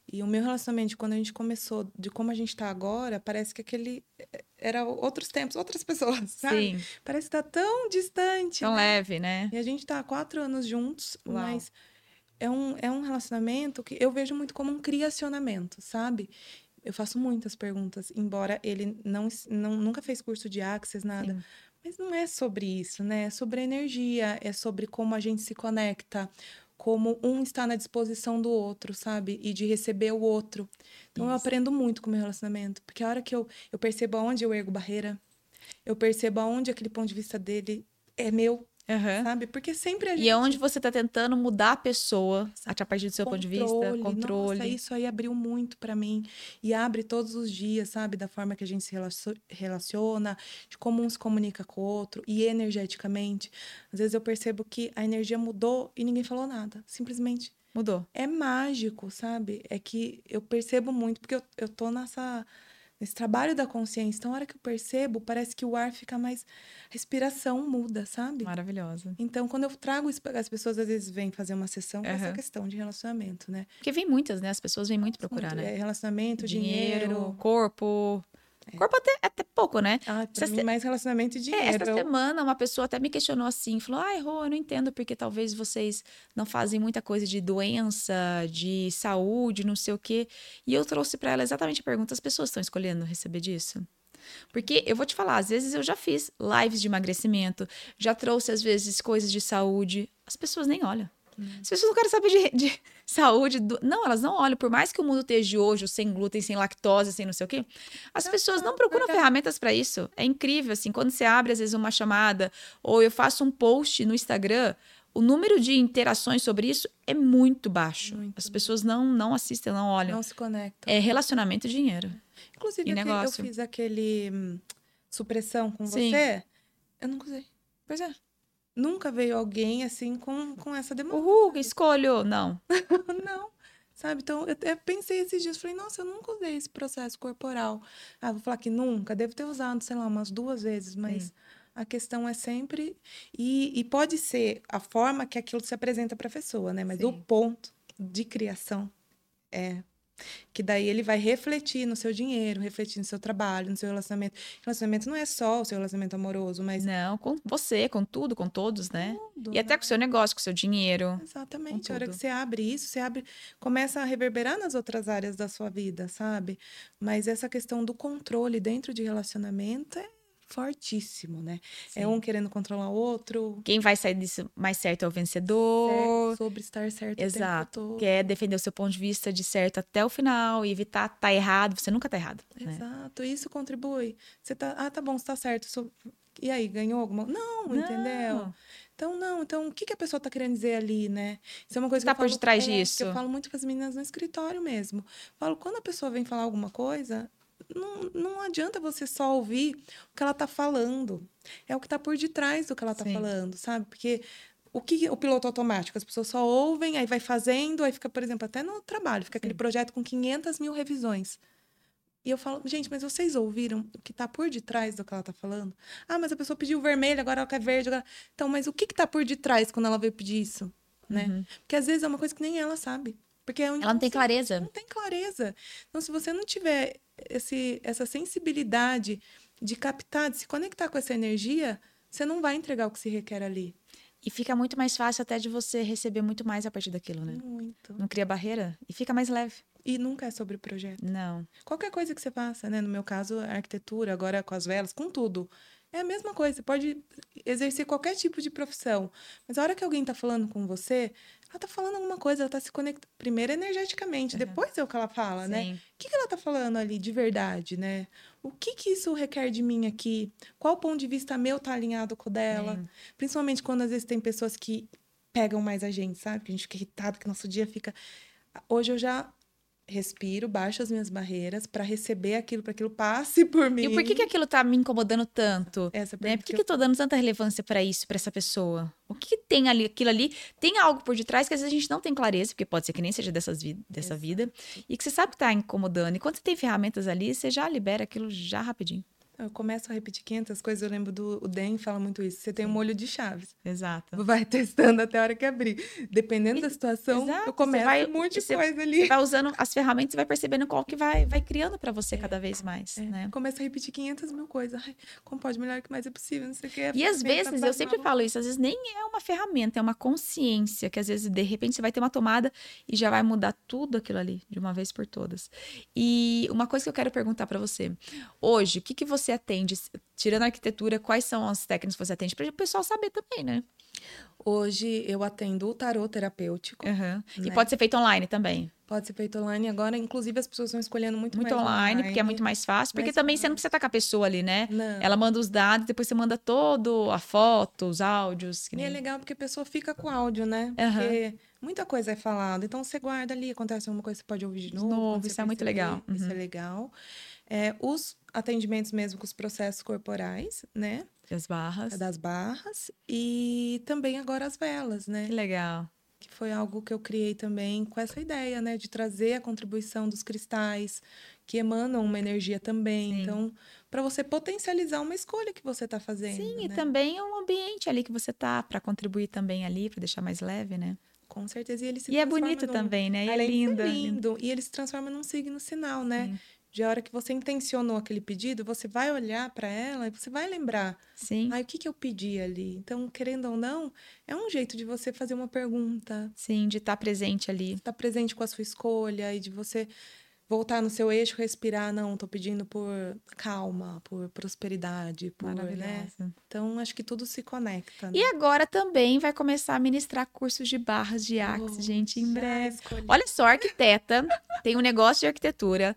E o meu relacionamento, quando a gente começou, de como a gente tá agora, parece que aquele era outros tempos, outras pessoas, sabe? Sim. Parece que tá tão distante, Tão né? leve, né? E a gente tá há quatro anos juntos, Uau. mas é um, é um relacionamento que eu vejo muito como um criacionamento, sabe? Eu faço muitas perguntas, embora ele não, não nunca fez curso de Access, nada. Sim. Mas não é sobre isso, né? É sobre energia, é sobre como a gente se conecta, como um está na disposição do outro, sabe? E de receber o outro. Então eu Isso. aprendo muito com o meu relacionamento, porque a hora que eu, eu percebo aonde eu ergo barreira, eu percebo aonde aquele ponto de vista dele é meu, Uhum. sabe? Porque sempre a E gente... é onde você tá tentando mudar a pessoa, a partir do seu ponto de vista, Controle. controle. Nossa, isso aí abriu muito pra mim. E abre todos os dias, sabe? Da forma que a gente se relacio- relaciona, de como um se comunica com o outro, e energeticamente. Às vezes eu percebo que a energia mudou e ninguém falou nada. Simplesmente Mudou. é mágico, sabe? É que eu percebo muito, porque eu, eu tô nessa, nesse trabalho da consciência. Então, a hora que eu percebo, parece que o ar fica mais... A respiração muda, sabe? Maravilhosa. Então, quando eu trago isso, as pessoas às vezes vêm fazer uma sessão com essa Uhum. questão de relacionamento, né? Porque vem muitas, né? As pessoas vêm muito procurar, Muito, né? é, relacionamento, Dinheiro, dinheiro. corpo. Corpo até, até pouco, né? Ah, pra Essa, mim, se- mais relacionamento e é, dinheiro. essa semana uma pessoa até me questionou assim, falou, ai, Rô, eu não entendo porque talvez vocês não fazem muita coisa de doença, de saúde, não sei o quê. E eu trouxe pra ela exatamente a pergunta, as pessoas estão escolhendo receber disso? Porque eu vou te falar, às vezes eu já fiz lives de emagrecimento, já trouxe às vezes coisas de saúde, as pessoas nem olham. As pessoas não querem saber de, de saúde. Do... Não, elas não olham. Por mais que o mundo esteja hoje sem glúten, sem lactose, sem não sei o quê, as Ah, pessoas não procuram verdade. ferramentas para isso. É incrível, assim. Quando você abre, às vezes, uma chamada ou eu faço um post no Instagram, o número de interações sobre isso é muito baixo. Muito As pessoas não, não assistem, não olham. Não se conectam. É relacionamento e dinheiro. Inclusive, E aquele- eu negócio. fiz aquele hum, supressão com Sim. você, eu nunca usei. Pois é. Nunca veio alguém assim com, com essa demanda. Uhul, escolho. Não. Não, sabe? Então, eu até pensei esses dias, falei, nossa, eu nunca usei esse processo corporal. Ah, vou falar que nunca, devo ter usado, sei lá, umas duas vezes, mas Sim. a questão é sempre... E, e pode ser a forma que aquilo se apresenta para a pessoa, né? Mas o Sim. ponto de criação é... Que daí ele vai refletir no seu dinheiro, refletir no seu trabalho, no seu relacionamento. Relacionamento não é só o seu relacionamento amoroso, mas Não, com você, com tudo, com todos, né? tudo, E até né? com o seu negócio, com o seu dinheiro. Exatamente. Com A hora que tudo. você abre isso, você abre, começa a reverberar nas outras áreas da sua vida, sabe? Mas essa questão do controle dentro de relacionamento é fortíssimo, né? É Sim. um querendo controlar o outro. Quem vai sair disso mais certo é o vencedor. Certo, sobre estar certo Exato. o tempo todo. Quer defender o seu ponto de vista de certo até o final e evitar estar errado. Você nunca tá errado, né? Exato. Isso contribui. Você tá, ah, tá bom, você tá certo. sou- E aí, ganhou alguma? Não, entendeu? Não. Então, não. Então, o que, que a pessoa tá querendo dizer ali, né? Isso é uma coisa Tá que eu por falo, detrás é, disso? que eu falo muito com as meninas no escritório mesmo. Falo, quando a pessoa vem falar alguma coisa, não, não adianta você só ouvir o que ela tá falando. É o que tá por detrás do que ela tá Sim. falando, sabe? Porque o que o piloto automático? As pessoas só ouvem, aí vai fazendo, aí fica, por exemplo, até no trabalho, fica aquele Sim. projeto com quinhentas mil revisões. E eu falo, gente, mas vocês ouviram o que tá por detrás do que ela tá falando? Ah, mas a pessoa pediu vermelho, agora ela quer verde. Agora... Então, mas o que que tá por detrás quando ela veio pedir isso, né? Uhum. Porque às vezes é uma coisa que nem ela sabe. Porque é um Ela não tem inconsciente, clareza. não tem clareza. Então, se você não tiver esse, essa sensibilidade de captar, de se conectar com essa energia, você não vai entregar o que se requer ali. E fica muito mais fácil até de você receber muito mais a partir daquilo, né? Muito. Não cria barreira e fica mais leve. E nunca é sobre o projeto. Não. Qualquer coisa que você faça, né? No meu caso, a arquitetura, agora com as velas, com tudo. É a mesma coisa. Você pode exercer qualquer tipo de profissão. Mas a hora que alguém tá falando com você, ela tá falando alguma coisa, ela tá se conectando. Primeiro energeticamente, Uhum. depois é o que ela fala, né? Sim. O que, que ela tá falando ali de verdade, né? O que que isso requer de mim aqui? Qual ponto de vista meu tá alinhado com o dela? Sim. Principalmente quando às vezes tem pessoas que pegam mais a gente, sabe? Que a gente fica irritado, que nosso dia fica... Hoje eu já respiro, baixo as minhas barreiras para receber aquilo, para aquilo passe por mim. E por que, que aquilo tá me incomodando tanto? Essa Né? pergunta Por que, que que eu- eu tô dando tanta relevância pra isso, pra essa pessoa? O que, que tem ali, aquilo ali? Tem algo por detrás que às vezes a gente não tem clareza, porque pode ser que nem seja dessas vi dessa Exato. vida, e que você sabe que tá incomodando. E quando você tem ferramentas ali, você já libera aquilo já rapidinho. Eu começo a repetir quinhentas coisas, eu lembro do o Den fala muito isso. Você tem um molho de chaves. Exato. Vai testando até a hora que abrir. Dependendo E, da situação, exato, eu começo vai, um monte de você, coisa ali. Você vai usando as ferramentas e vai percebendo qual que vai, vai criando para você é, cada vez mais, é. né? Começa a repetir quinhentas mil coisas. Ai, como pode melhorar o que mais é possível, não sei o que. E às vezes, eu sempre falo isso, às vezes nem é uma ferramenta, é uma consciência, que às vezes, de repente, você vai ter uma tomada e já vai mudar tudo aquilo ali, de uma vez por todas. E uma coisa que eu quero perguntar para você, hoje, o que, que você atende, tirando a arquitetura, quais são as técnicas que você atende, para o pessoal saber também, né? Hoje eu atendo o tarô terapêutico. Uhum. Né? E pode ser feito online também? Pode ser feito online. Agora, inclusive, as pessoas estão escolhendo muito, muito mais online, online. Porque é muito mais fácil. Porque mais também fácil. Você não precisa estar com a pessoa ali, né? Não. Ela manda os dados, depois você manda todo a foto, os áudios. Que nem... E é legal porque a pessoa fica com o áudio, né? Porque uhum. muita coisa é falada. Então, você guarda ali, acontece alguma coisa, você pode ouvir de novo. De novo, isso é muito legal. Isso uhum. é legal. É, os atendimentos mesmo com os processos corporais, né? Das barras. Das barras. E também agora as velas, né? Que legal. Que foi algo que eu criei também com essa ideia, né? De trazer a contribuição dos cristais, que emanam uma energia também. Sim. Então, para você potencializar uma escolha que você está fazendo. Sim, né? E também um ambiente ali que você tá, para contribuir também ali, para deixar mais leve, né? Com certeza. E ele se E é bonito num... também, né? E Além é lindo. De lindo. E ele se transforma num signo sinal, né? Sim. De a hora que você intencionou aquele pedido, você vai olhar para ela e você vai lembrar. Sim. Ah, o que, que eu pedi ali? Então, querendo ou não, é um jeito de você fazer uma pergunta. Sim, de estar tá presente ali. Estar tá presente com a sua escolha e de você voltar no seu eixo, respirar. Não, tô pedindo por calma, por prosperidade, por, né? Então, acho que tudo se conecta. Né? E agora também vai começar a ministrar cursos de barras de Axis, oh, gente, em breve. Escolhi. Olha só, arquiteta, tem um negócio de arquitetura,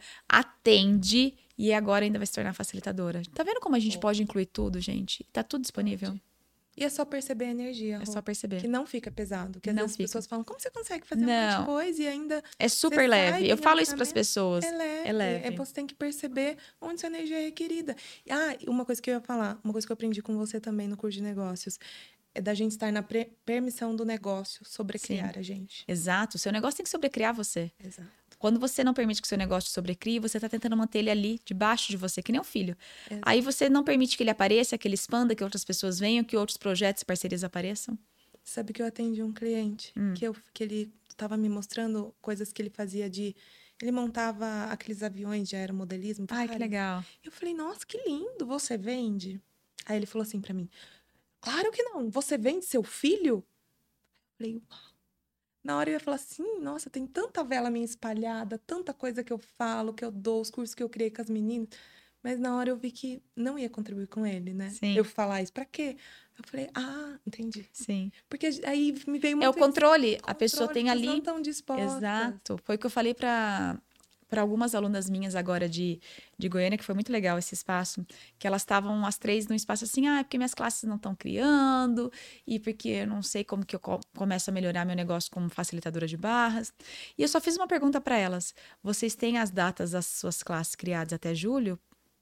atende e agora ainda vai se tornar facilitadora. Tá vendo como a gente oh. pode incluir tudo, gente? Tá tudo disponível. Pode. E é só perceber a energia. É só perceber. Que não fica pesado. Que às não vezes fica. as pessoas falam, como você consegue fazer não. um monte de coisa e ainda... É super leve. Eu falo isso para as pessoas. É leve. É leve. É, você tem que perceber onde sua energia é requerida. Ah, uma coisa que eu ia falar, uma coisa que eu aprendi com você também no curso de negócios, é da gente estar na pre- permissão do negócio sobrecriar Sim. a gente. Exato. O seu negócio tem que sobrecriar você. Exato. Quando você não permite que o seu negócio te sobrecrie, você está tentando manter ele ali, debaixo de você, que nem um filho. Exato. Aí você não permite que ele apareça, que ele expanda, que outras pessoas venham, que outros projetos e parcerias apareçam. Sabe que eu atendi um cliente, hum. que, eu, que ele estava me mostrando coisas que ele fazia de... Ele montava aqueles aviões de aeromodelismo. Ai, que legal. Eu falei, nossa, que lindo, você vende? Aí ele falou assim para mim, claro que não, você vende seu filho? Eu falei, uau. Na hora eu ia falar assim, nossa, tem tanta vela minha espalhada, tanta coisa que eu falo, que eu dou, os cursos que eu criei com as meninas. Mas na hora eu vi que não ia contribuir com ele, né? Sim. Eu falar isso, pra quê? Eu falei, ah, entendi. Sim. Porque aí me veio muito... É o controle. Controle, a pessoa tem ali... não estão dispostas. Exato. Foi o que eu falei para... para algumas alunas minhas agora de, de Goiânia, que foi muito legal esse espaço, que elas estavam as três num espaço assim, ah, é porque minhas classes não estão criando, e porque eu não sei como que eu co- começo a melhorar meu negócio como facilitadora de barras. E eu só fiz uma pergunta para elas, vocês têm as datas das suas classes criadas até julho?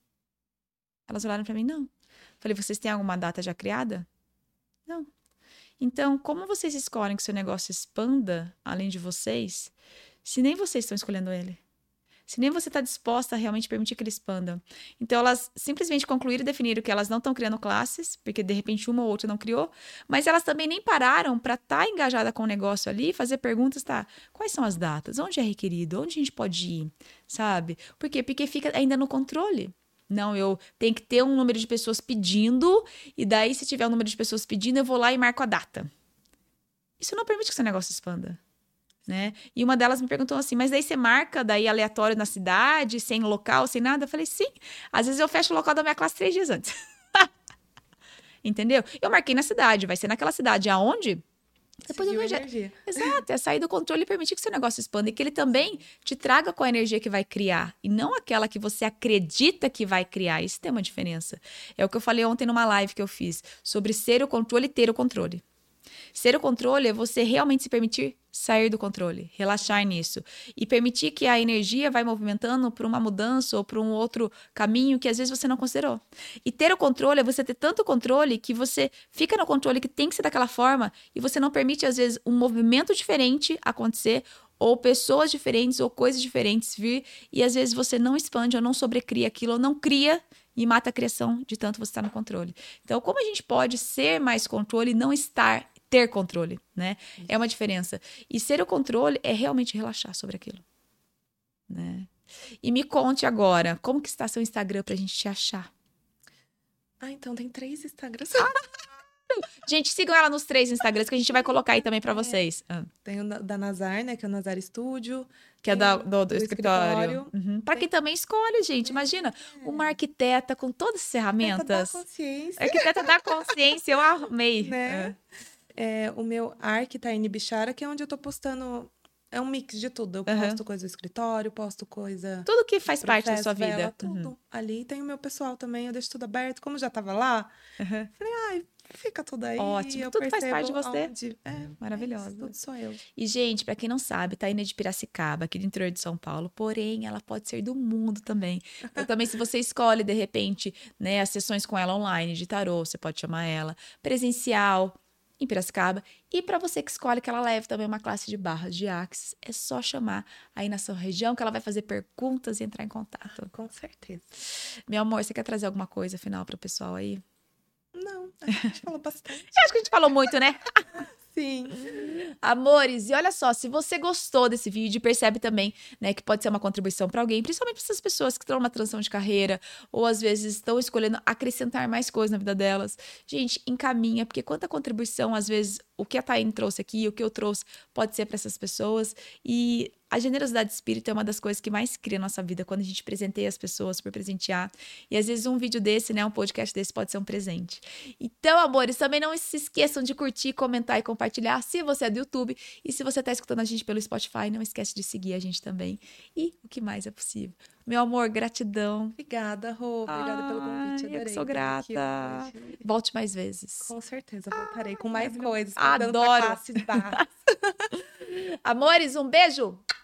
Elas olharam para mim, não. Falei, vocês têm alguma data já criada? Não. Então, como vocês escolhem que seu negócio expanda além de vocês, se nem vocês estão escolhendo ele? Se nem você está disposta a realmente permitir que ele expanda. Então, elas simplesmente concluíram e definiram que elas não estão criando classes, porque de repente uma ou outra não criou, mas elas também nem pararam para estar tá engajada com o negócio ali, fazer perguntas, tá? Quais são as datas? Onde é requerido? Onde a gente pode ir? Sabe? Por quê? Porque fica ainda no controle. Não, eu tenho que ter um número de pessoas pedindo, e daí, se tiver um número de pessoas pedindo, eu vou lá e marco a data. Isso não permite que seu negócio expanda. Né? E uma delas me perguntou assim, mas daí você marca daí aleatório na cidade, sem local, sem nada? Eu falei, sim. Às vezes eu fecho o local da minha classe três dias antes. Entendeu? Eu marquei na cidade, vai ser naquela cidade. Aonde? Depois eu vejo. Exato, é sair do controle e permitir que seu negócio expanda e que ele também te traga com a energia que vai criar e não aquela que você acredita que vai criar. Isso tem uma diferença. É o que eu falei ontem numa live que eu fiz sobre ser o controle e ter o controle. Ser o controle é você realmente se permitir sair do controle, relaxar nisso e permitir que a energia vai movimentando para uma mudança ou para um outro caminho que às vezes você não considerou. E ter o controle é você ter tanto controle que você fica no controle que tem que ser daquela forma e você não permite às vezes um movimento diferente acontecer ou pessoas diferentes ou coisas diferentes vir e às vezes você não expande ou não sobrecria aquilo ou não cria e mata a criação de tanto você estar no controle. Então, como a gente pode ser mais controle e não estar, ter controle, né? É uma diferença. E ser o controle é realmente relaxar sobre aquilo, né? E me conte agora, como que está seu Instagram pra gente te achar? Ah, então tem três Instagrams. Gente, sigam ela nos três Instagrams que a gente vai colocar aí também pra vocês. Ah. Tem o da- da Nazar, né? Que é o Nazar Studio. Que é Tem da- o do, do escritório. Uhum. Pra Tem- quem também escolhe, gente. Imagina, uma arquiteta com todas as Arquiteta da ferramentas. consciência, Arquiteta da consciência, eu amei. né? Ah. É, o meu Arc Taine Bichara, que é onde eu tô postando... É um mix de tudo. Eu Aham. posto coisa do escritório, posto coisa... Tudo que faz do parte da processo, sua vida. vela, tudo. Uhum. Ali tem o meu pessoal também, eu deixo tudo aberto. Como eu já tava lá, Uhum. falei, ai, fica tudo aí. Ótimo, eu tudo faz parte de percebo você. onde- É, Maravilhosa. é isso, tudo sou eu. E, gente, pra quem não sabe, Taina é de Piracicaba, aqui do interior de São Paulo, porém, ela pode ser do mundo também. Então, também, se você escolhe, de repente, né, as sessões com ela online, de tarô, você pode chamar ela, presencial, em Piracicaba. E para você que escolhe que ela leve também uma classe de barras de Axis, é só chamar aí na sua região que ela vai fazer perguntas e entrar em contato. Com certeza. Meu amor, você quer trazer alguma coisa final para o pessoal aí? Não, a gente falou bastante. Eu acho que a gente falou muito, né? Sim. Amores, e olha só, se você gostou desse vídeo, percebe também, né, que pode ser uma contribuição para alguém, principalmente para essas pessoas que estão numa transição de carreira ou às vezes estão escolhendo acrescentar mais coisas na vida delas. Gente, encaminha, porque quanta contribuição, às vezes, o que a Taine trouxe aqui, o que eu trouxe, pode ser para essas pessoas. E a generosidade de espírito é uma das coisas que mais cria na nossa vida, quando a gente presenteia as pessoas por presentear. E às vezes um vídeo desse, né, um podcast desse pode ser um presente. Então, amores, também não se esqueçam de curtir, comentar e compartilhar se você é do YouTube. E se você está escutando a gente pelo Spotify, não esquece de seguir a gente também. E o que mais é possível. Meu amor, gratidão. Obrigada, Rô. Obrigada pelo convite. Ai, Adorei. eu que sou estar aqui grata. hoje. Volte mais vezes. Com certeza, voltarei com mais maravilhoso. coisas. Adoro. convidando pra classe de barras. Amores, um beijo.